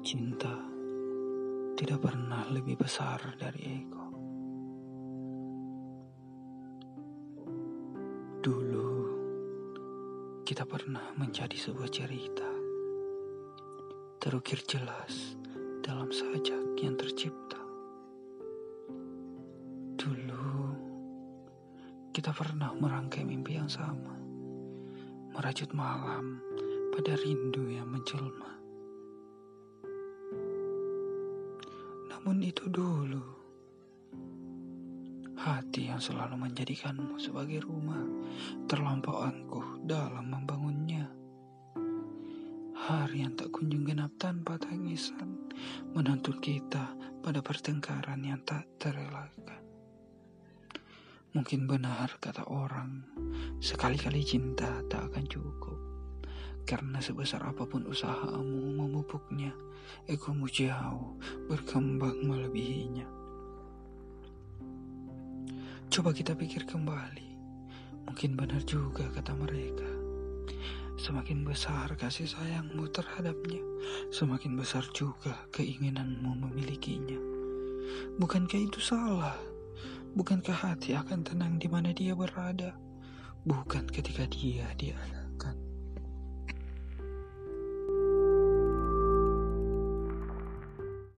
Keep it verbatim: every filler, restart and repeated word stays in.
Cinta tidak pernah lebih besar dari ego. Dulu kita pernah menjadi sebuah cerita, terukir jelas dalam sajak yang tercipta. Dulu kita pernah merangkai mimpi yang sama, merajut malam pada rindu yang menjelma. Namun itu dulu, hati yang selalu menjadikanmu sebagai rumah terlampau angkuh dalam membangunnya. Hari yang tak kunjung genap tanpa tangisan menuntut kita pada pertengkaran yang tak terelakkan. Mungkin benar kata orang, sekali-kali cinta tak akan cukup. Karena sebesar apapun usahamu memupuknya, egomu jauh berkembang melebihinya. Coba kita pikir kembali, mungkin benar juga kata mereka. Semakin besar kasih sayangmu terhadapnya, semakin besar juga keinginanmu memilikinya. Bukankah itu salah? Bukankah hati akan tenang di mana dia berada? Bukan ketika dia di atas.